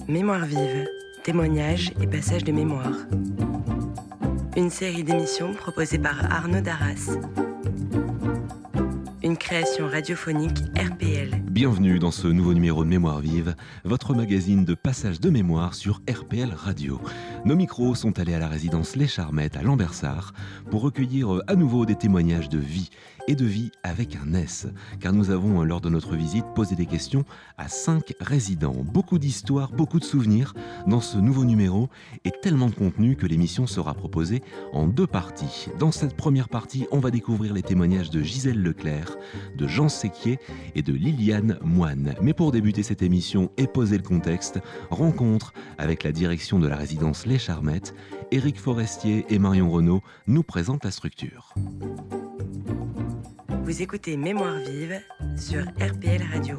Mémoire vive, témoignages et passages de mémoire. Une série d'émissions proposée par Arnaud Darras. Une création radiophonique RPL. Bienvenue dans ce nouveau numéro de Mémoire vive, votre magazine de passage de mémoire sur RPL Radio. Nos micros sont allés à la résidence Les Charmettes à Lambersart pour recueillir à nouveau des témoignages de vie et de vie avec un S, car nous avons, lors de notre visite, posé des questions à 5 résidents. Beaucoup d'histoires, beaucoup de souvenirs dans ce nouveau numéro et tellement de contenu que l'émission sera proposée en 2 parties. Dans cette première partie, on va découvrir les témoignages de Gisèle Leclerc, de Jean Séquier et de Liliane Moine. Mais pour débuter cette émission et poser le contexte, rencontre avec la direction de la résidence Les Charmettes, Éric Forestier et Marion Renaud nous présentent la structure. Vous écoutez Mémoire vive sur RPL Radio.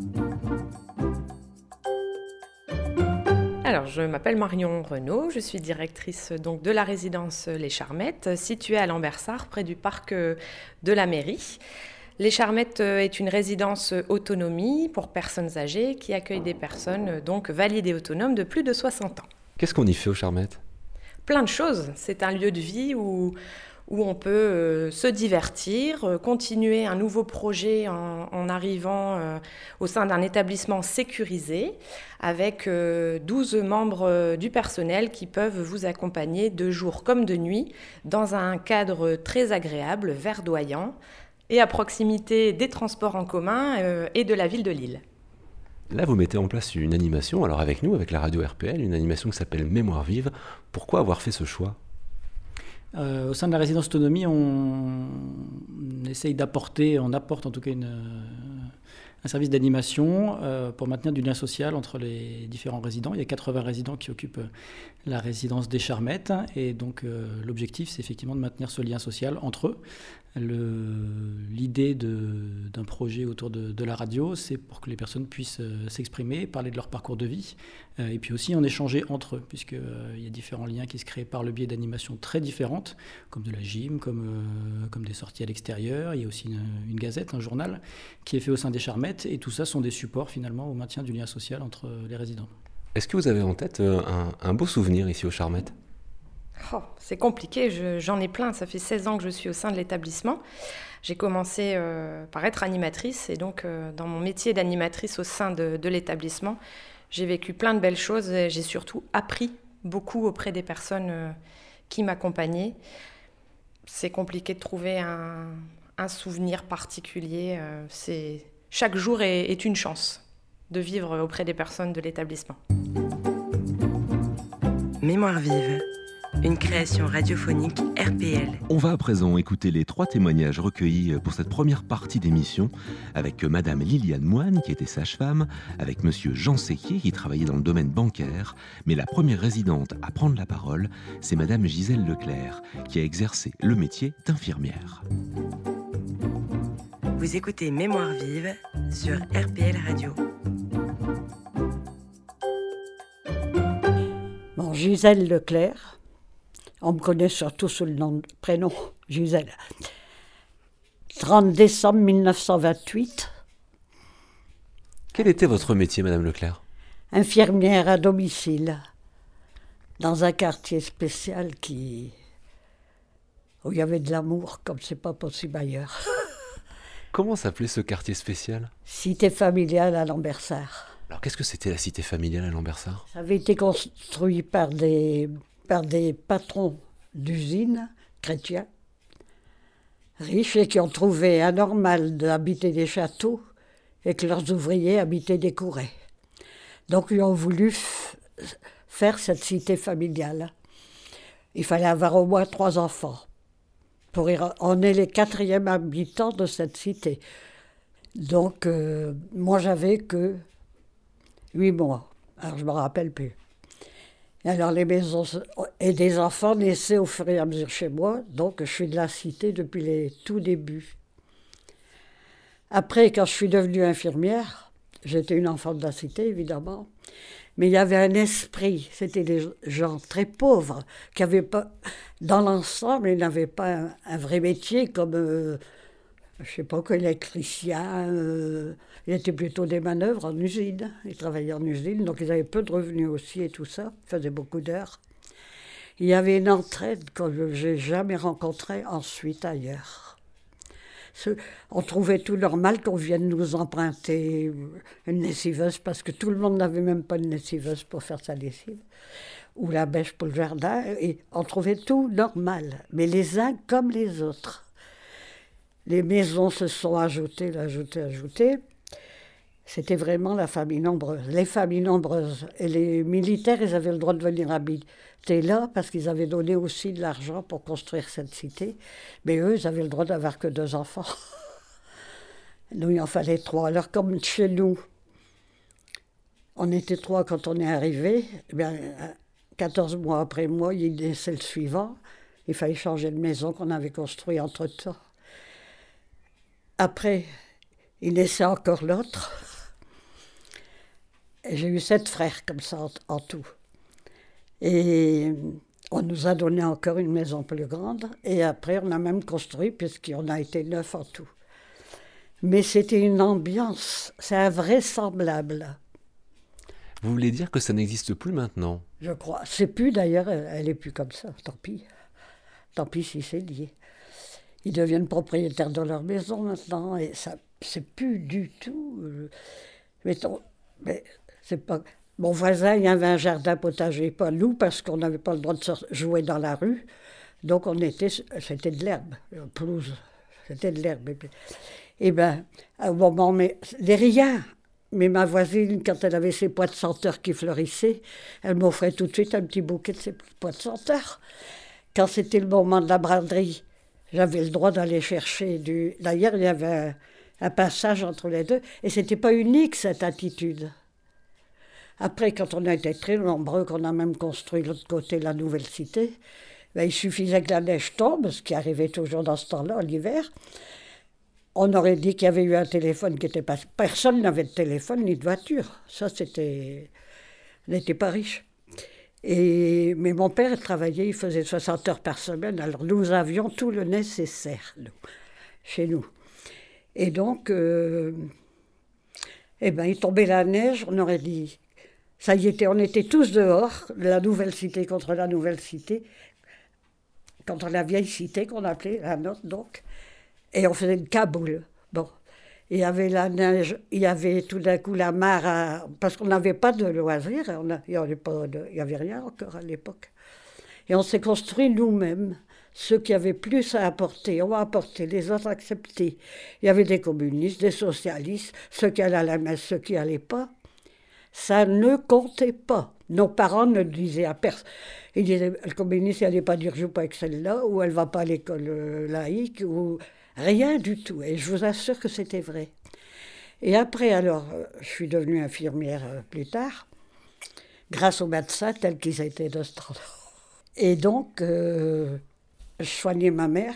Alors, je m'appelle Marion Renaud, je suis directrice donc de la résidence Les Charmettes, située à Lambersart, près du parc de la mairie. Les Charmettes est une résidence autonomie pour personnes âgées qui accueille des personnes donc valides et autonomes de plus de 60 ans. Qu'est-ce qu'on y fait aux Charmettes ? Plein de choses. C'est un lieu de vie où on peut se divertir, continuer un nouveau projet en arrivant au sein d'un établissement sécurisé avec 12 membres du personnel qui peuvent vous accompagner de jour comme de nuit dans un cadre très agréable, verdoyant et à proximité des transports en commun et de la ville de Lille. Là, vous mettez en place une animation, alors avec nous, avec la radio RPL, une animation qui s'appelle Mémoire vive. Pourquoi avoir fait ce choix ? Au sein de la résidence autonomie, on essaye d'apporter, on apporte en tout cas un service d'animation pour maintenir du lien social entre les différents résidents. Il y a 80 résidents qui occupent la résidence des Charmettes et donc l'objectif c'est effectivement de maintenir ce lien social entre eux. L'idée d'un projet autour de la radio, c'est pour que les personnes puissent s'exprimer, parler de leur parcours de vie et puis aussi en échanger entre eux, puisqu'il y a différents liens qui se créent par le biais d'animations très différentes, comme de la gym, comme des sorties à l'extérieur. Il y a aussi une gazette, un journal qui est fait au sein des Charmettes et tout ça sont des supports finalement au maintien du lien social entre les résidents. Est-ce que vous avez en tête un beau souvenir ici aux Charmettes ? C'est compliqué, j'en ai plein. Ça fait 16 ans que je suis au sein de l'établissement. J'ai commencé par être animatrice et donc dans mon métier d'animatrice au sein de l'établissement, j'ai vécu plein de belles choses et j'ai surtout appris beaucoup auprès des personnes qui m'accompagnaient. C'est compliqué de trouver un souvenir particulier. Chaque jour est une chance de vivre auprès des personnes de l'établissement. Mémoire vive. Une création radiophonique RPL. On va à présent écouter les 3 témoignages recueillis pour cette première partie d'émission avec Madame Liliane Moine qui était sage-femme, avec Monsieur Jean Séquier qui travaillait dans le domaine bancaire, mais la première résidente à prendre la parole, c'est Madame Gisèle Leclerc qui a exercé le métier d'infirmière. Vous écoutez Mémoire vive sur RPL Radio. Bon, Gisèle Leclerc. On me connaît surtout sous le nom de prénom, Gisèle. 30 décembre 1928. Quel était votre métier, Madame Leclerc ? Infirmière à domicile, dans un quartier spécial où il y avait de l'amour, comme c'est pas possible ailleurs. Comment s'appelait ce quartier spécial ? Cité familiale à Lambersart. Alors, qu'est-ce que c'était la cité familiale à Lambersart ? Ça avait été construit par des patrons d'usines chrétiens, riches et qui ont trouvé anormal d'habiter des châteaux et que leurs ouvriers habitaient des courets. Donc ils ont voulu faire cette cité familiale. Il fallait avoir au moins 3 enfants. On est les 4e habitants de cette cité. Donc moi j'avais que 8 mois. Alors je ne me rappelle plus. Alors les maisons et des enfants naissaient au fur et à mesure chez moi, donc je suis de la cité depuis les tout débuts. Après, quand je suis devenue infirmière, j'étais une enfant de la cité évidemment, mais il y avait un esprit, c'était des gens très pauvres, qui n'avaient pas, dans l'ensemble, ils n'avaient pas un vrai métier comme je ne sais pas, qu'électricien. Il était plutôt des manœuvres en usine. Il travaillait en usine, donc ils avaient peu de revenus aussi et tout ça. Il faisait beaucoup d'heures. Il y avait une entraide que je n'ai jamais rencontrée ensuite ailleurs. On trouvait tout normal qu'on vienne nous emprunter une lessiveuse, parce que tout le monde n'avait même pas une lessiveuse pour faire sa lessive, ou la bêche pour le jardin, et on trouvait tout normal, mais les uns comme les autres. Les maisons se sont ajoutées. C'était vraiment la famille nombreuse. Les familles nombreuses. Et les militaires, ils avaient le droit de venir habiter là parce qu'ils avaient donné aussi de l'argent pour construire cette cité. Mais eux, ils avaient le droit d'avoir que 2 enfants. Nous, il en fallait 3. Alors, comme chez nous, on était 3 quand on est arrivés, 14 mois après moi, il naissait le suivant. Il fallait changer de maison qu'on avait construite entre-temps. Après, il naissait encore l'autre. Et j'ai eu 7 frères comme ça en tout. Et on nous a donné encore une maison plus grande. Et après, on a même construit, puisqu'on a été 9 en tout. Mais c'était une ambiance, c'est invraisemblable. Vous voulez dire que ça n'existe plus maintenant? Je crois. C'est plus d'ailleurs, elle n'est plus comme ça, tant pis. Tant pis si c'est lié. Ils deviennent propriétaires de leur maison maintenant, et ça, c'est plus du tout. Mais c'est pas. Mon voisin, il y avait un jardin potager, pas nous, parce qu'on n'avait pas le droit de jouer dans la rue. Donc c'était de l'herbe, pelouse, c'était de l'herbe. Et bien, à un moment, mais rien. Mais ma voisine, quand elle avait ses pois de senteur qui fleurissaient, elle m'offrait tout de suite un petit bouquet de ses pois de senteur. Quand c'était le moment de la braderie, j'avais le droit d'aller chercher du... D'ailleurs, il y avait un passage entre les deux, et c'était pas unique, cette attitude. Après, quand on a été très nombreux, qu'on a même construit de l'autre côté la nouvelle cité, il suffisait que la neige tombe, ce qui arrivait toujours dans ce temps-là, l'hiver. On aurait dit qu'il y avait eu un téléphone qui était passé. Personne n'avait de téléphone ni de voiture. Ça, c'était... On n'était pas riches. Mais mon père travaillait, il faisait 60 heures par semaine. Alors nous avions tout le nécessaire, nous, chez nous. Et donc, il tombait la neige, on aurait dit... Ça y était, on était tous dehors, la nouvelle cité contre la nouvelle cité, contre la vieille cité qu'on appelait, la nôtre donc. Et on faisait une caboule. Bon. Il y avait la neige, il y avait tout d'un coup la mare, parce qu'on n'avait pas de loisirs, il n'y avait rien encore à l'époque. Et on s'est construit nous-mêmes. Ceux qui avaient plus à apporter, ont apporté, les autres acceptés. Il y avait des communistes, des socialistes, ceux qui allaient à la messe, ceux qui n'allaient pas. Ça ne comptait pas. Nos parents ne disaient à personne. Ils disaient, le communiste, elle n'allait pas dire, je ne joue pas avec celle-là, ou elle ne va pas à l'école laïque, ou rien du tout. Et je vous assure que c'était vrai. Et après, alors, je suis devenue infirmière plus tard, grâce aux médecins tels qu'ils étaient de ce temps-là. Et donc, je soignais ma mère,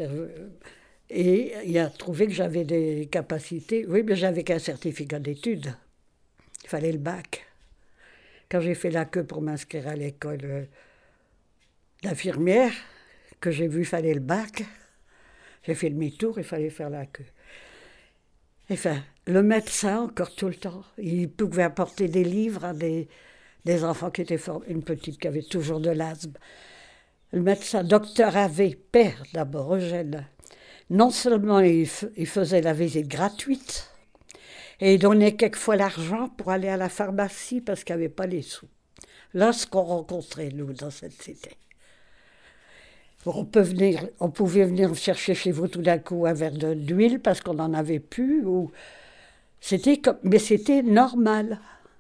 et il a trouvé que j'avais des capacités. Oui, mais j'avais qu'un certificat d'études. Il fallait le bac. Quand j'ai fait la queue pour m'inscrire à l'école d'infirmière, que j'ai vu, il fallait le bac. J'ai fait demi-tour, il fallait faire la queue. Enfin, le médecin, encore tout le temps, il pouvait apporter des livres à des enfants qui étaient forts. Une petite qui avait toujours de l'asthme. Le médecin, docteur Ave, père d'abord, Eugène, non seulement il faisait la visite gratuite, et il donnait quelquefois l'argent pour aller à la pharmacie parce qu'il n'y avait pas les sous. Là, ce qu'on rencontrait, nous, dans cette cité. On pouvait venir chercher chez vous tout d'un coup un verre d'huile parce qu'on n'en avait plus. Mais c'était normal.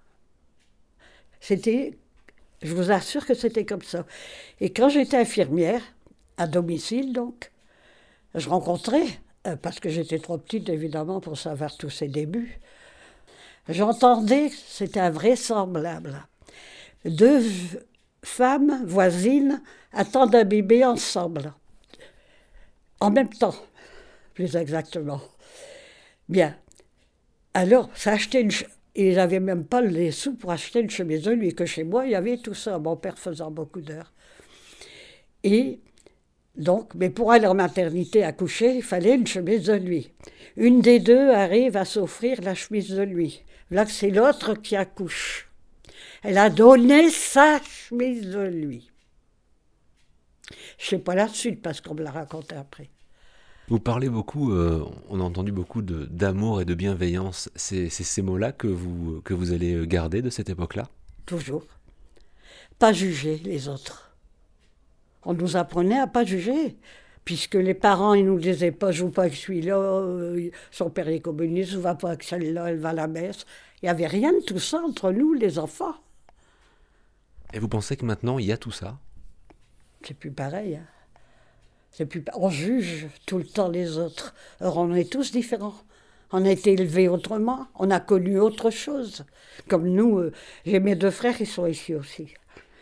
Je vous assure que c'était comme ça. Et quand j'étais infirmière, à domicile donc, je rencontrais, parce que j'étais trop petite évidemment pour savoir tous ces débuts, j'entendais, c'était invraisemblable, 2 femmes voisines attendent un bébé ensemble, en même temps, plus exactement. Bien. Alors, ça achetait ils n'avaient même pas les sous pour acheter une chemise de nuit, que chez moi, il y avait tout ça. Mon père faisant beaucoup d'heures. Et Donc, mais pour aller en maternité accoucher, il fallait une chemise de nuit. Une des deux arrive à s'offrir la chemise de nuit. Là, c'est l'autre qui accouche. Elle a donné sa chemise de nuit. Je ne sais pas la suite parce qu'on me l'a raconté après. Vous parlez beaucoup, on a entendu beaucoup d'amour et de bienveillance. C'est ces mots-là que vous allez garder de cette époque-là ? Toujours. Pas juger les autres. On nous apprenait à pas juger, puisque les parents, ils nous disaient pas, joue pas avec celui-là, son père est communiste, ne va pas avec celle-là, elle va à la messe. Il n'y avait rien de tout ça entre nous, les enfants. Et vous pensez que maintenant, il y a tout ça ? C'est plus pareil. Hein. On juge tout le temps les autres. Or, on est tous différents. On a été élevés autrement, on a connu autre chose. Comme nous, j'ai mes 2 frères, ils sont ici aussi.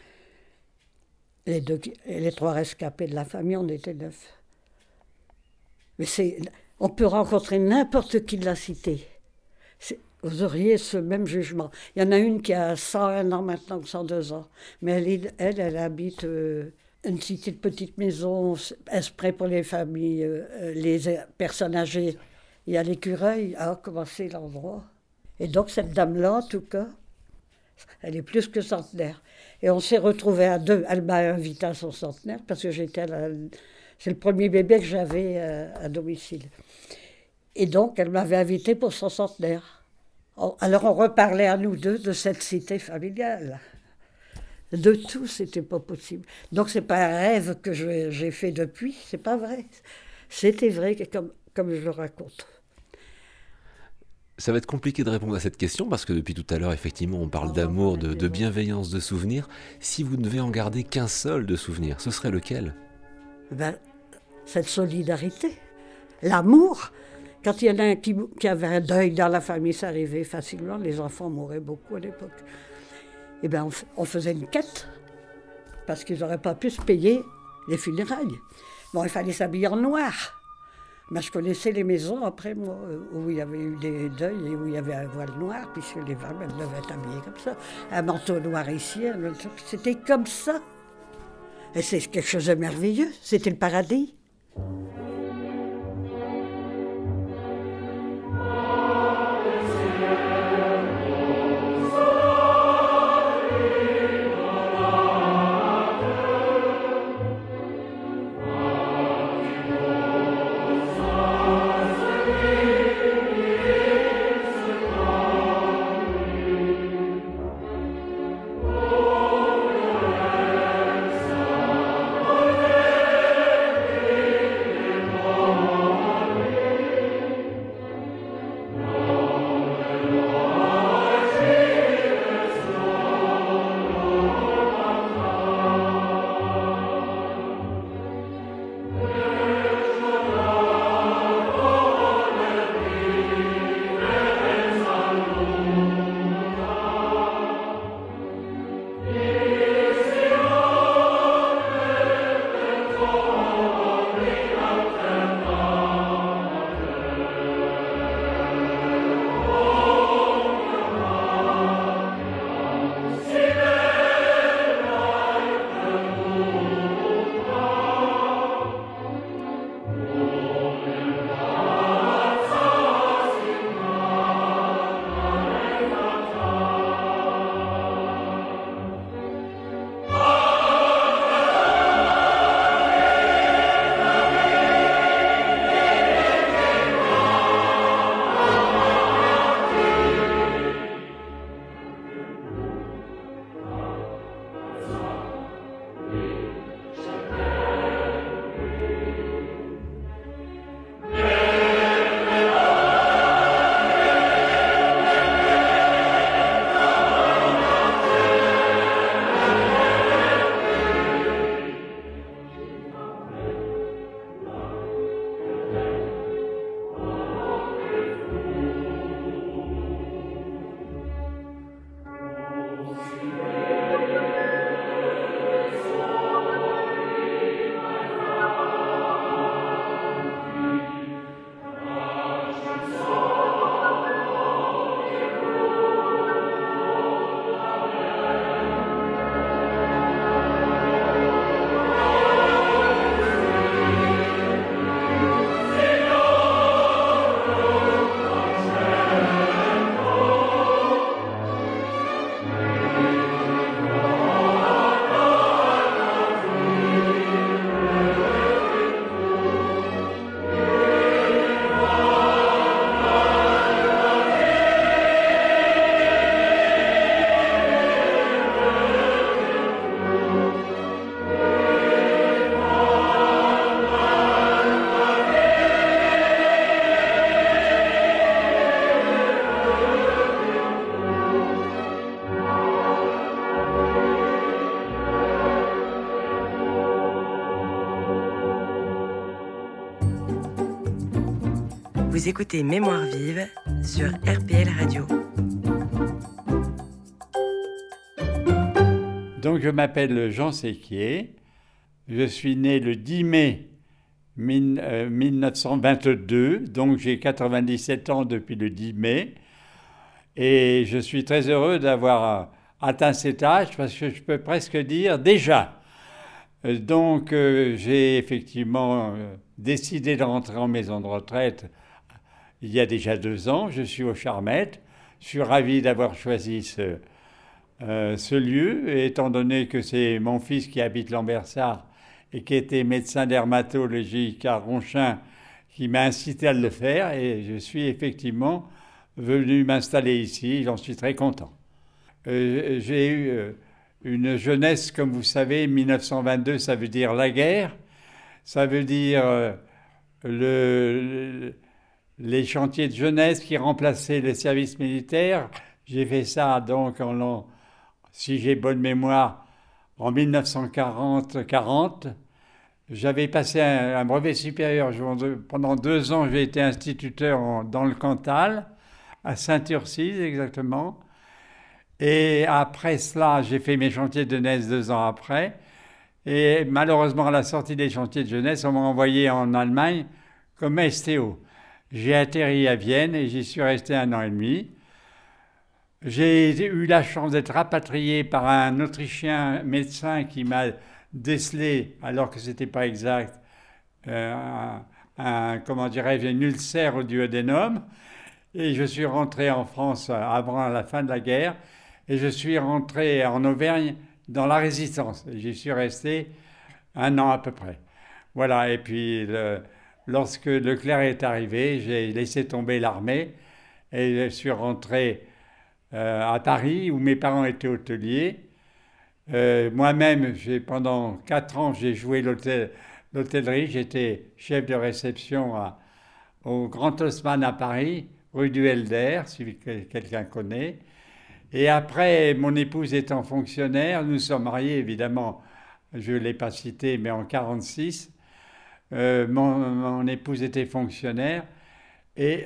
Les 3 rescapés de la famille, on était 9. Mais on peut rencontrer n'importe qui de la cité. Vous auriez ce même jugement. Il y en a une qui a 101 ans maintenant, ou 102 ans. Mais elle habite une cité de petites maisons, exprès pour les familles, les personnes âgées. Il y a l'écureuil. Ah, comment c'est l'endroit. Et donc, cette dame-là, en tout cas, elle est plus que centenaire. Et on s'est retrouvés à 2. Elle m'a invité à son centenaire parce que c'est le premier bébé que j'avais à domicile. Et donc, elle m'avait invité pour son centenaire. Alors, on reparlait à nous 2 de cette cité familiale. De tout, c'était pas possible. Donc, c'est pas un rêve que j'ai fait depuis, c'est pas vrai. C'était vrai, comme je le raconte. Ça va être compliqué de répondre à cette question parce que depuis tout à l'heure, effectivement, on parle d'amour, de bienveillance, de souvenirs. Si vous ne devez en garder qu'un seul de souvenir, ce serait lequel ? Cette solidarité, l'amour. Quand il y en a un qui avait un deuil dans la famille, ça arrivait facilement. Les enfants mouraient beaucoup à l'époque. Eh bien, on faisait une quête parce qu'ils n'auraient pas pu se payer les funérailles. Bon, il fallait s'habiller en noir. Mais je connaissais les maisons, après moi, où il y avait eu des deuils et où il y avait un voile noir, puisque les femmes, elles devaient être habillées comme ça. Un manteau noir ici, c'était comme ça. Et c'est quelque chose de merveilleux, c'était le paradis. Vous écoutez Mémoire vive sur RPL Radio. Donc je m'appelle Jean Séquier, je suis né le 10 mai 1922, donc j'ai 97 ans depuis le 10 mai, et je suis très heureux d'avoir atteint cet âge parce que je peux presque dire déjà. Donc j'ai effectivement décidé de rentrer en maison de retraite il y a déjà 2 ans. Je suis aux Charmettes. Je suis ravi d'avoir choisi ce lieu, et étant donné que c'est mon fils qui habite Lambersart et qui était médecin dermatologique à Ronchin qui m'a incité à le faire, et je suis effectivement venu m'installer ici. J'en suis très content. J'ai eu une jeunesse, comme vous savez, 1922, ça veut dire la guerre, ça veut dire les chantiers de jeunesse qui remplaçaient les services militaires. J'ai fait ça donc si j'ai bonne mémoire, en 1940. J'avais passé un brevet supérieur. Pendant 2 ans, j'ai été instituteur dans le Cantal, à Saint-Urcise exactement. Et après cela, j'ai fait mes chantiers de jeunesse 2 ans après. Et malheureusement, à la sortie des chantiers de jeunesse, on m'a envoyé en Allemagne comme STO. J'ai atterri à Vienne et j'y suis resté 1 an et demi. J'ai eu la chance d'être rapatrié par un Autrichien médecin qui m'a décelé, alors que ce n'était pas exact, une ulcère au duodénum. Et je suis rentré en France avant la fin de la guerre. Et je suis rentré en Auvergne dans la Résistance. J'y suis resté 1 an à peu près. Voilà, et puis lorsque Leclerc est arrivé, j'ai laissé tomber l'armée et je suis rentré à Paris où mes parents étaient hôteliers. Moi-même, pendant 4 ans, j'ai joué l'hôtellerie. J'étais chef de réception au Grand Haussmann à Paris, rue du Helder, si quelqu'un connaît. Et après, mon épouse étant fonctionnaire, nous sommes mariés évidemment, je ne l'ai pas cité, mais en 1946. Mon épouse était fonctionnaire et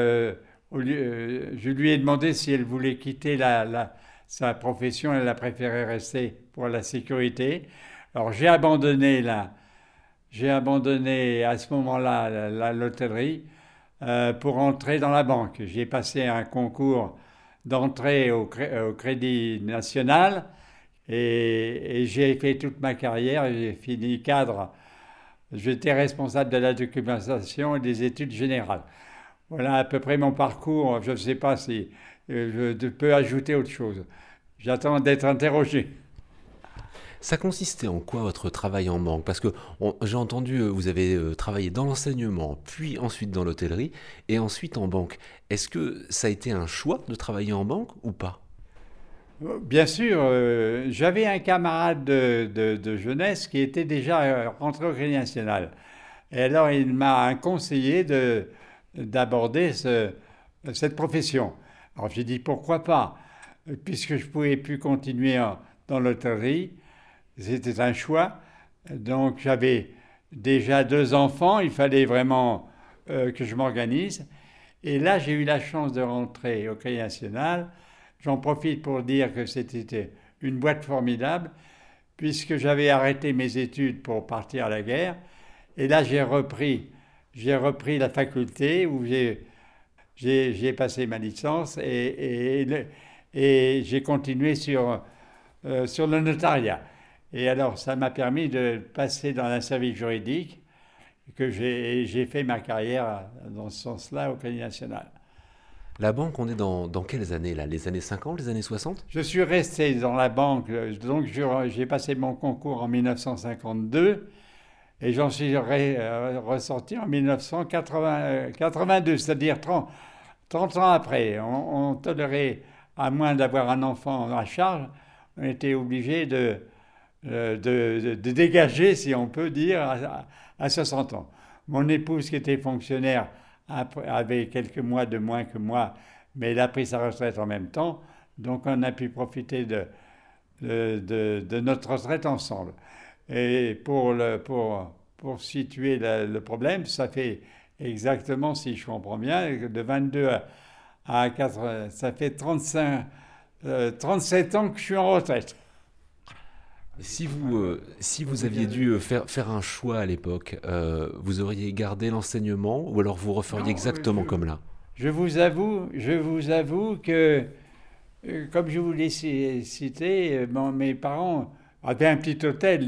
je lui ai demandé si elle voulait quitter sa profession. Elle a préféré rester pour la sécurité. Alors j'ai abandonné à ce moment-là l'hôtellerie pour entrer dans la banque. J'ai passé un concours d'entrée au Crédit National et j'ai fait toute ma carrière. J'ai fini cadre. J'étais responsable de la documentation et des études générales. Voilà à peu près mon parcours. Je ne sais pas si je peux ajouter autre chose. J'attends d'être interrogé. Ça consistait en quoi votre travail en banque? Parce que j'ai entendu, vous avez travaillé dans l'enseignement, puis ensuite dans l'hôtellerie, et ensuite en banque. Est-ce que ça a été un choix de travailler en banque ou pas? Bien sûr, j'avais un camarade de jeunesse qui était déjà rentré au Crédit National. Et alors il m'a conseillé d'aborder cette profession. Alors j'ai dit pourquoi pas, puisque je ne pouvais plus continuer dans l'hôtellerie. C'était un choix. Donc j'avais déjà 2 enfants, il fallait vraiment que je m'organise. Et là, j'ai eu la chance de rentrer au Crédit National. J'en profite pour dire que c'était une boîte formidable, puisque j'avais arrêté mes études pour partir à la guerre. Et là, j'ai repris la faculté où j'ai passé ma licence et j'ai continué sur le notariat. Et alors, ça m'a permis de passer dans un service juridique que j'ai fait ma carrière dans ce sens-là au Crédit National. La banque, on est dans quelles années là? Les années 50, les années 60? Je suis resté dans la banque, donc j'ai passé mon concours en 1952 et j'en suis ressorti en 1982, c'est-à-dire 30 ans après. On tolérait, à moins d'avoir un enfant à charge, on était obligé de dégager, si on peut dire, à 60 ans. Mon épouse, qui était fonctionnaire, avait quelques mois de moins que moi, mais elle a pris sa retraite en même temps, donc on a pu profiter de notre retraite ensemble. Et pour situer le problème, ça fait exactement, si je comprends bien, de 22 à 4, ça fait 37 ans que je suis en retraite. Si vous aviez dû faire un choix à l'époque, vous auriez gardé l'enseignement ou alors vous referiez exactement comme là? Je vous avoue que, comme je vous l'ai cité, mes parents avaient un petit hôtel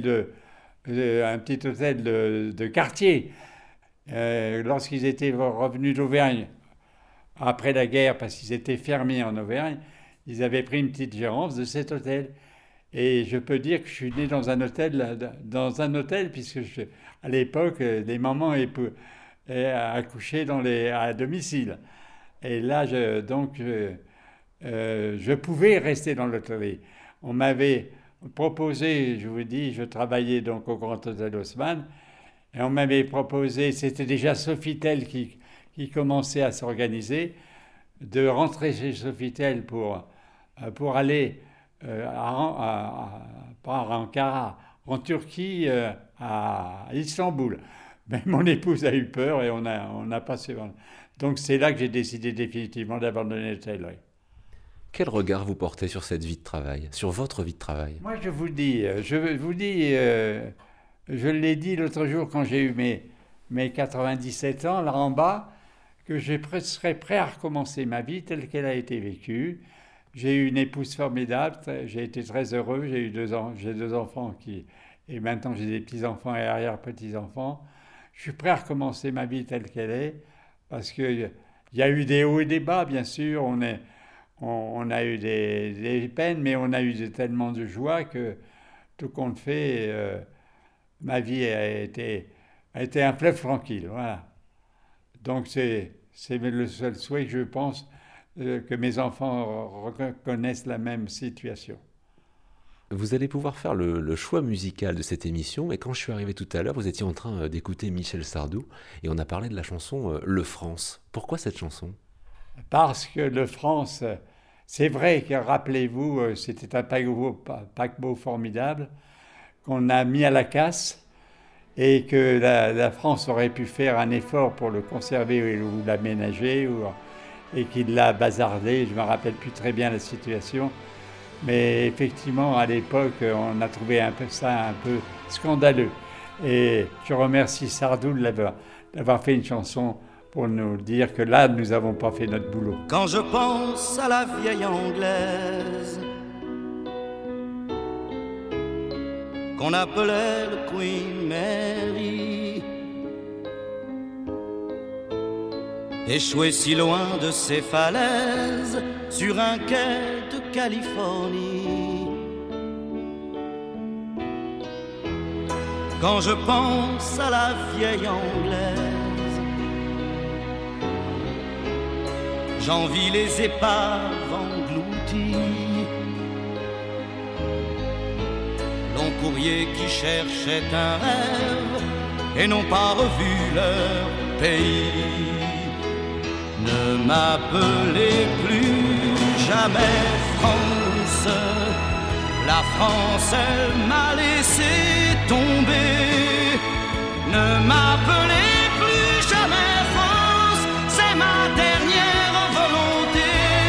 de quartier. Lorsqu'ils étaient revenus d'Auvergne, après la guerre, parce qu'ils étaient fermiers en Auvergne, ils avaient pris une petite gérance de cet hôtel. Et je peux dire que je suis né dans un hôtel puisque à l'époque, les mamans accouchaient à domicile. Et là, je pouvais rester dans l'hôtellerie. On m'avait proposé, je vous dis, je travaillais donc au Grand Hôtel Haussmann, et on m'avait proposé, c'était déjà Sofitel qui commençait à s'organiser, de rentrer chez Sofitel pour aller par Ankara, en Turquie, à Istanbul. Mais mon épouse a eu peur et on a passé. Donc c'est là que j'ai décidé définitivement d'abandonner l'hôtellerie. Quel regard vous portez sur cette vie de travail, sur votre vie de travail? Moi, je vous dis, je l'ai dit l'autre jour quand j'ai eu mes 97 ans, là en bas, que je serais prêt à recommencer ma vie telle qu'elle a été vécue. J'ai eu une épouse formidable, j'ai été très heureux, j'ai deux enfants et maintenant j'ai des petits-enfants et arrière-petits-enfants. Je suis prêt à recommencer ma vie telle qu'elle est, parce qu'il y a eu des hauts et des bas, bien sûr, on a eu des peines, mais on a eu tellement de joie que tout compte fait, ma vie a été un fleuve tranquille, voilà. Donc c'est le seul souhait que je pense, que mes enfants reconnaissent la même situation. Vous allez pouvoir faire le choix musical de cette émission, et quand je suis arrivé tout à l'heure, vous étiez en train d'écouter Michel Sardou, et on a parlé de la chanson Le France. Pourquoi cette chanson? Parce que Le France, c'est vrai que, rappelez-vous, c'était un paquebot formidable qu'on a mis à la casse, et que la France aurait pu faire un effort pour le conserver ou l'aménager, et qu'il l'a bazardé. Je ne me rappelle plus très bien la situation. Mais effectivement, à l'époque, on a trouvé ça un peu scandaleux. Et je remercie Sardou d'avoir fait une chanson pour nous dire que là, nous n'avons pas fait notre boulot. Quand je pense à la vieille Anglaise qu'on appelait le Queen Mary, échouée si loin de ses falaises sur un quai de Californie. Quand je pense à la vieille Anglaise, j'envie les épaves englouties, long courrier qui cherchait un rêve et n'ont pas revu leur pays. Ne m'appelez plus jamais France, la France elle m'a laissé tomber. Ne m'appelez plus jamais France, c'est ma dernière volonté.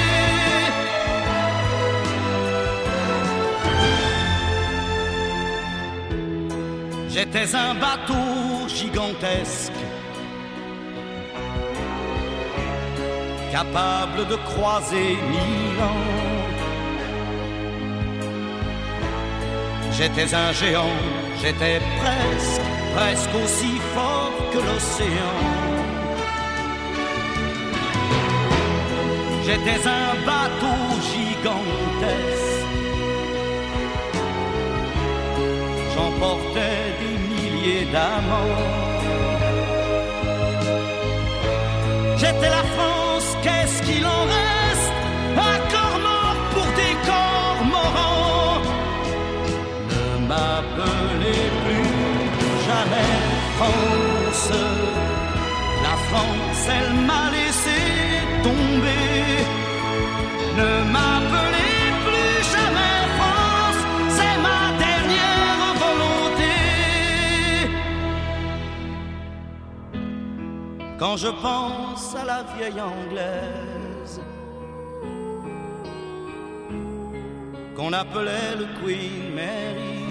J'étais un bateau gigantesque, capable de croiser 1000 ans. J'étais un géant, j'étais presque aussi fort que l'océan. J'étais un bateau gigantesque, j'emportais des milliers d'amants. J'étais la France, qu'est-ce qu'il en reste? Un corps mort pour des corps morants. Ne m'appelez plus jamais France, la France elle m'a laissé tomber. Ne m'appelez plus jamais France, c'est ma dernière volonté. quand je pense à la vieille anglaise qu'on appelait le Queen Mary.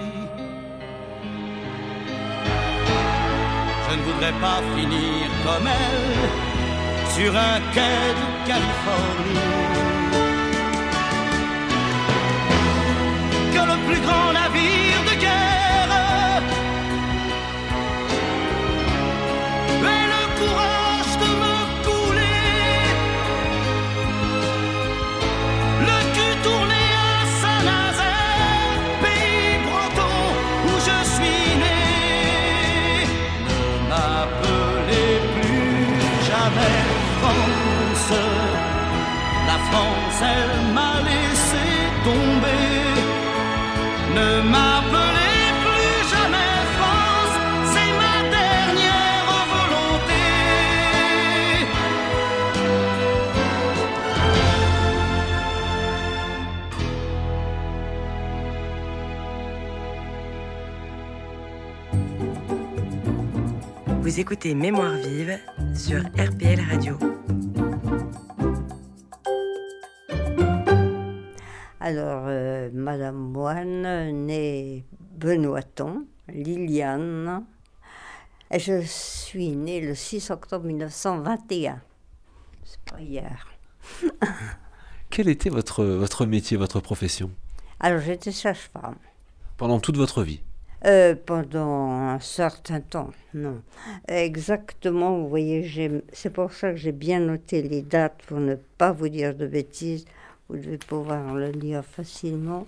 Je ne voudrais pas finir comme elle sur un quai de Californie. Que le plus grand navire de guerre ait le courage de me couler, le cul tourné à Saint-Nazaire, pays breton où je suis né. Ne m'appelez plus jamais France, la France elle m'a laissé tomber. Ne m'appelez plus jamais France, c'est ma dernière volonté. Vous écoutez Mémoire vive sur RPL Radio. Alors, Madame Moine, née Benoîton, Liliane, et je suis née le 6 octobre 1921. C'est pas hier. Quel était votre métier, votre profession? Alors, j'étais sage-femme. Pendant toute votre vie? Pendant un certain temps, non. Exactement, vous voyez, c'est pour ça que j'ai bien noté les dates pour ne pas vous dire de bêtises. Vous devez pouvoir le lire facilement.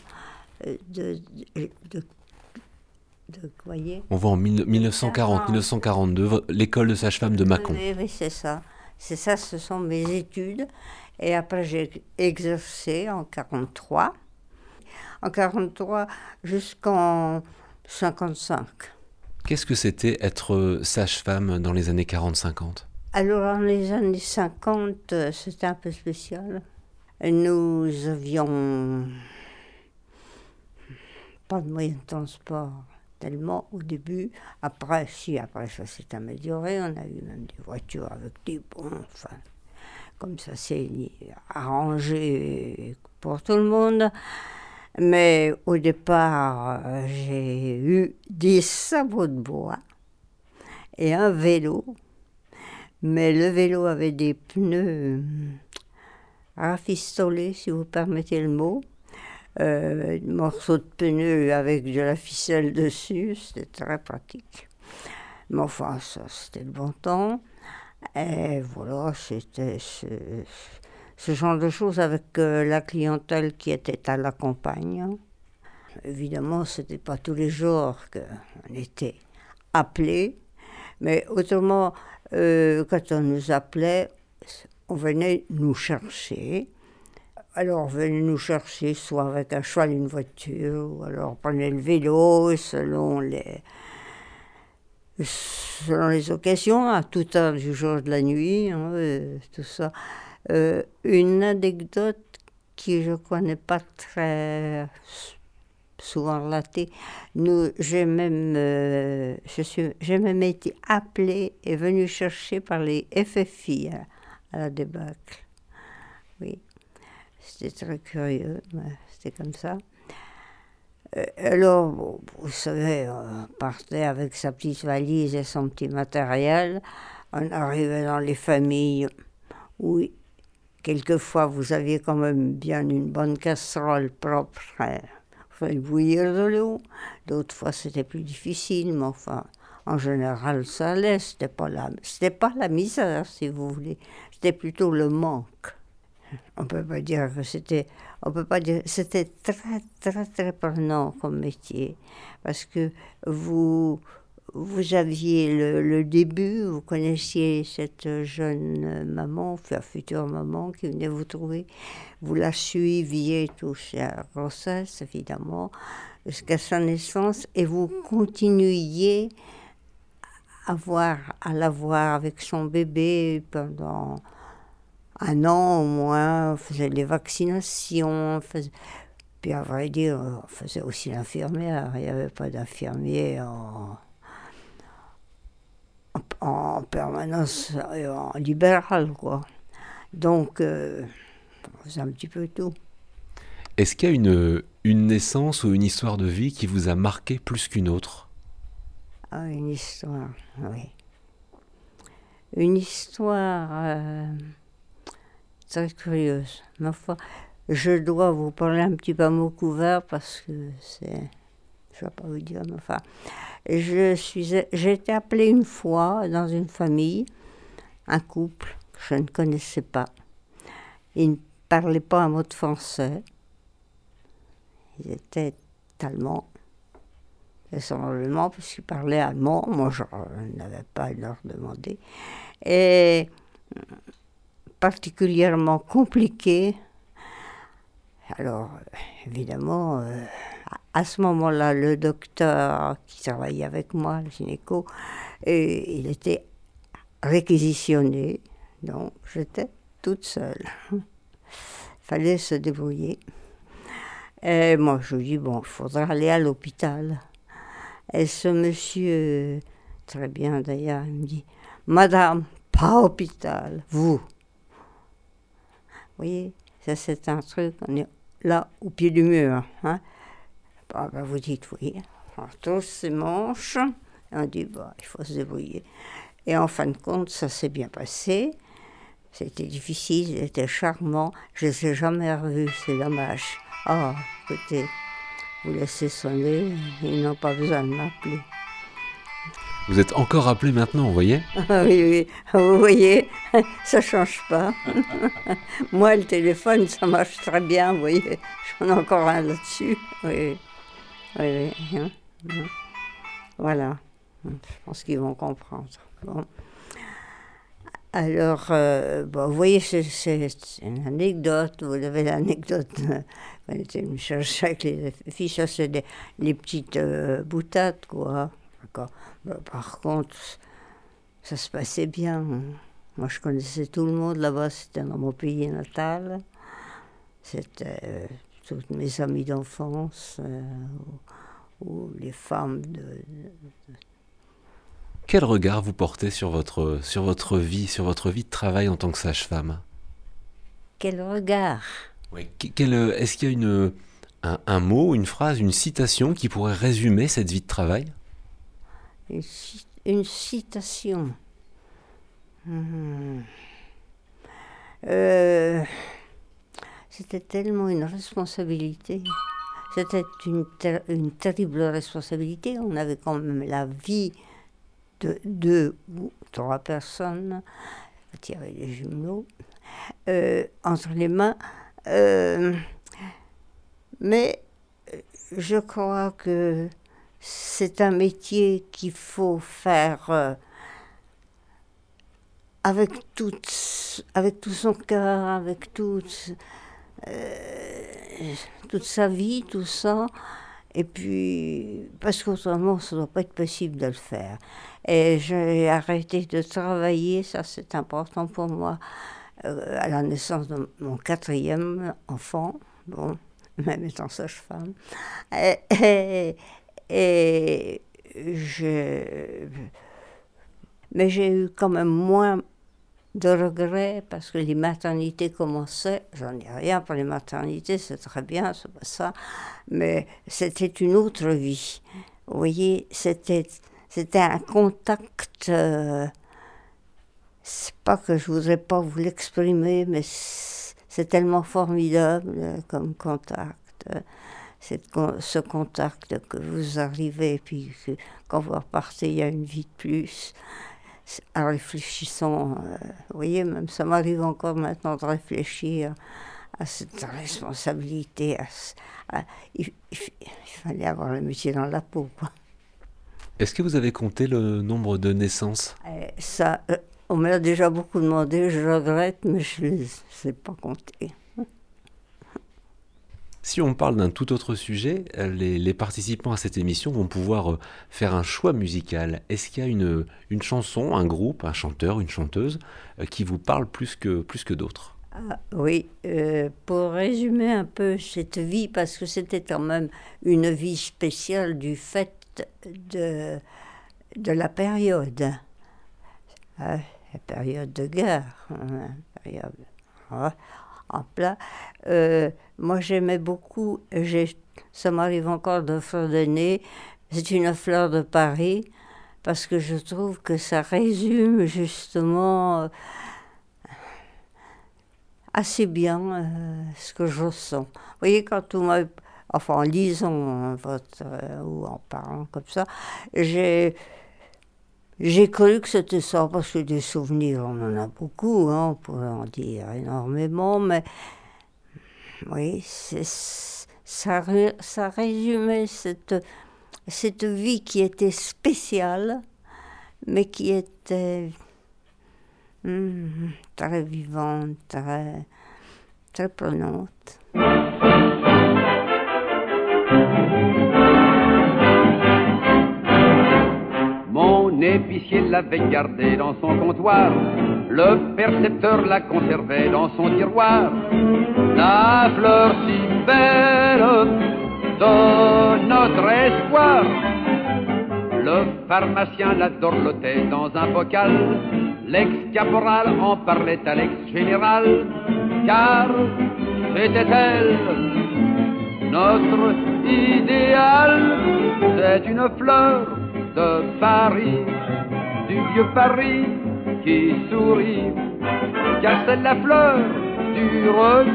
Voyez. On voit en 1940-1942 l'école de sage-femme de Mâcon. Oui, c'est ça. C'est ça, ce sont mes études. Et après, j'ai exercé en 1943. En 1943 jusqu'en 1955. Qu'est-ce que c'était être sage-femme dans les années 40-50? Alors, dans les années 50, c'était un peu spécial. Nous avions pas de moyens de transport tellement au début. Après ça s'est amélioré. On a eu même des voitures avec des ponts. Enfin, comme ça, c'est arrangé pour tout le monde. Mais au départ, j'ai eu des sabots de bois et un vélo. Mais le vélo avait des pneus rafistolés, si vous permettez le mot. Morceaux de pneus avec de la ficelle dessus, c'était très pratique. Mais enfin, ça, c'était le bon temps. Et voilà, c'était ce genre de choses avec la clientèle qui était à la campagne. Évidemment, ce n'était pas tous les jours qu'on était appelés, mais autrement, quand on nous appelait, on venait nous chercher. Alors, on venait nous chercher soit avec un cheval, une voiture, ou alors on prenait le vélo selon les occasions, à toute heure du jour de la nuit, hein, tout ça. Une anecdote qui, je crois, n'est pas très souvent relatée. J'ai même été appelée et venue chercher par les FFI à la débâcle. Oui, c'était très curieux, mais c'était comme ça. Alors, vous savez, on partait avec sa petite valise et son petit matériel. On arrivait dans les familles où, quelquefois, vous aviez quand même bien une bonne casserole propre. Il fallait bouillir de l'eau. D'autres fois, c'était plus difficile, mais enfin, en général, ça allait. C'était pas la misère, si vous voulez. C'était plutôt le manque. On peut pas dire que c'était très, très, très prenant comme métier. Parce que vous aviez le début, vous connaissiez cette jeune maman, enfin future maman qui venait vous trouver. Vous la suiviez toute sa grossesse, évidemment, jusqu'à sa naissance, et vous continuiez à la voir avec son bébé pendant un an au moins. On faisait les vaccinations, puis à vrai dire, on faisait aussi l'infirmière. Il n'y avait pas d'infirmier en permanence en libéral, quoi. Donc, c'est un petit peu tout. Est-ce qu'il y a une naissance ou une histoire de vie qui vous a marqué plus qu'une autre? Ah, une histoire, oui. Une histoire très curieuse. Ma foi, je dois vous parler un petit peu à mot couvert parce que c'est... Je ne vais pas vous dire, mais enfin... J'ai été appelée une fois dans une famille, un couple que je ne connaissais pas. Ils ne parlaient pas un mot de français. Ils étaient allemands. Vraisemblablement, parce qu'ils parlaient allemand. Moi, je n'avais pas à leur demander. Et particulièrement compliqué. Alors, évidemment, à ce moment-là, le docteur qui travaillait avec moi, le gynéco, il était réquisitionné. Donc, j'étais toute seule. Il fallait se débrouiller. Et moi, je lui dis, bon, il faudra aller à l'hôpital. Et ce monsieur, très bien d'ailleurs, il me dit, Madame, pas hôpital, vous. Vous voyez, ça c'est un truc, on est là au pied du mur. Hein. Bon, ben, vous dites oui, on retrousse ses manches, et on dit, bon, il faut se débrouiller. Et en fin de compte, ça s'est bien passé. C'était difficile, il était charmant. Je ne les ai jamais revus, c'est dommage. Oh, écoutez, vous laissez sonner, ils n'ont pas besoin de m'appeler. Vous êtes encore appelé maintenant, vous voyez? Oui, vous voyez, ça ne change pas. Moi, le téléphone, ça marche très bien, vous voyez. J'en ai encore un là-dessus. Oui. Voilà. Je pense qu'ils vont comprendre. Bon. Alors, bon, vous voyez, c'est une anecdote. Vous avez l'anecdote. On était me chercher avec les fiches, ça c'est les petites boutades, quoi. D'accord. Bon, par contre, ça se passait bien. Moi, je connaissais tout le monde là-bas. C'était dans mon pays natal. C'était toutes mes amies d'enfance ou les femmes de... Quel regard vous portez sur votre vie de travail en tant que sage-femme? Quel regard? Oui. Est-ce qu'il y a un mot, une phrase, une citation qui pourrait résumer cette vie de travail? Une citation. C'était tellement une responsabilité. C'était une terrible responsabilité. On avait quand même la vie de 2 ou 3 personnes, il y avait des jumeaux, entre les mains. Mais je crois que c'est un métier qu'il faut faire avec tout son cœur, avec toute sa vie, tout ça. Et puis, parce qu'autrement, ça ne doit pas être possible de le faire. Et j'ai arrêté de travailler, ça c'est important pour moi, à la naissance de mon 4e enfant, bon, même étant sage-femme. Mais j'ai eu quand même moins de regrets parce que les maternités commençaient. J'en ai rien pour les maternités, c'est très bien, c'est pas ça. Mais c'était une autre vie. Vous voyez, c'était un contact. C'est pas que je voudrais pas vous l'exprimer, mais c'est tellement formidable comme contact. Ce contact que vous arrivez, et puis que, quand vous repartez, il y a une vie de plus. En réfléchissant, vous voyez, même ça m'arrive encore maintenant de réfléchir à cette responsabilité. Il fallait avoir le métier dans la peau, quoi. Est-ce que vous avez compté le nombre de naissances? Ça, on me l'a déjà beaucoup demandé, je regrette, mais je ne les ai pas comptés. Si on parle d'un tout autre sujet, les participants à cette émission vont pouvoir faire un choix musical. Est-ce qu'il y a une chanson, un groupe, un chanteur, une chanteuse qui vous parle plus que d'autres? Oui, pour résumer un peu cette vie, parce que c'était quand même une vie spéciale du fait de la période. La période de guerre, période en plein. Moi, j'aimais beaucoup, ça m'arrive encore de fredonner, c'est une fleur de Paris, parce que je trouve que ça résume justement assez bien ce que je ressens. Vous voyez, quand vous m'avez... Enfin, en lisant ou en parlant comme ça, j'ai cru que c'était ça, parce que des souvenirs, on en a beaucoup, hein, on pourrait en dire énormément, mais oui, ça résumait cette vie qui était spéciale, mais qui était très vivante, très prenante. Mon épicier l'avait gardé dans son comptoir, le percepteur la conservait dans son tiroir. La fleur si belle de notre espoir, le pharmacien la dorlotait dans un bocal, l'ex-caporal en parlait à l'ex-général, car c'était elle, notre idéal. C'est une fleur de Paris, du vieux Paris qui sourit, car c'est la fleur du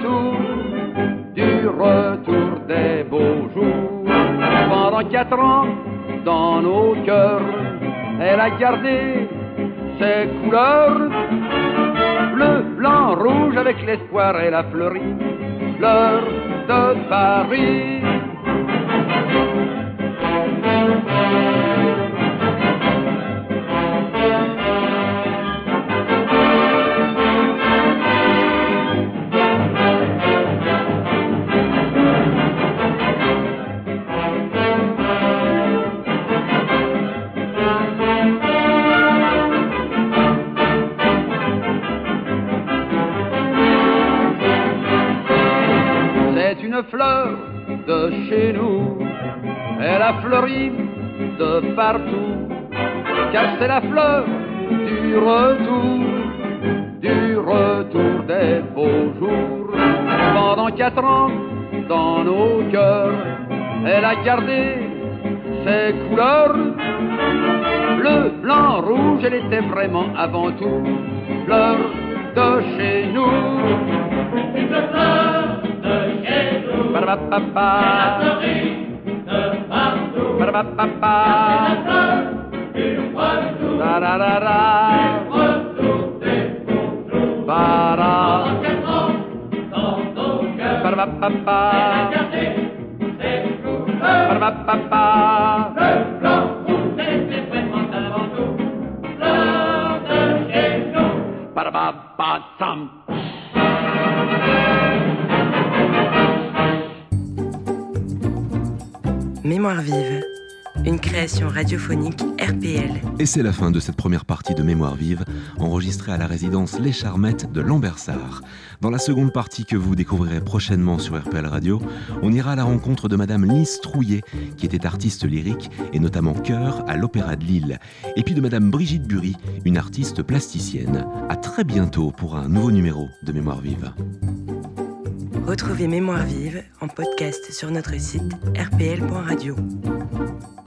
retour des beaux jours. Pendant 4 ans, dans nos cœurs, elle a gardé ses couleurs, bleu, blanc, rouge, avec l'espoir, elle a fleuri, fleur de Paris. Fleur de chez nous, elle a fleuri de partout, car c'est la fleur du retour des beaux jours. Pendant 4 ans, dans nos cœurs, elle a gardé ses couleurs, bleu, blanc, rouge, elle était vraiment avant tout fleur de chez nous. Une fleur de chez nous. Ba-da-ba-ba-ba. La fleurie de partout. Ba-da-ba-ba-ba. C'est la fleur du retour. Da-da-da-da. Du retour des beaux jours. Ba-da. Pendant 4 ans, dans nos cœurs. Ba-da-ba-ba-ba. Elle a gardé ses couleurs. Ba-da-ba-ba-ba. Le blanc rouge était vraiment avant tout fleur de chez nous. Ba-da-ba-ba-sam. Mémoire vive, une création radiophonique RPL. Et c'est la fin de cette première partie de Mémoire vive, enregistrée à la résidence Les Charmettes de Lambersart. Dans la seconde partie que vous découvrirez prochainement sur RPL Radio, on ira à la rencontre de Madame Lise Trouillet, qui était artiste lyrique et notamment chœur à l'Opéra de Lille. Et puis de Madame Brigitte Bury, une artiste plasticienne. À très bientôt pour un nouveau numéro de Mémoire vive. Retrouvez Mémoire vive en podcast sur notre site rpl.radio.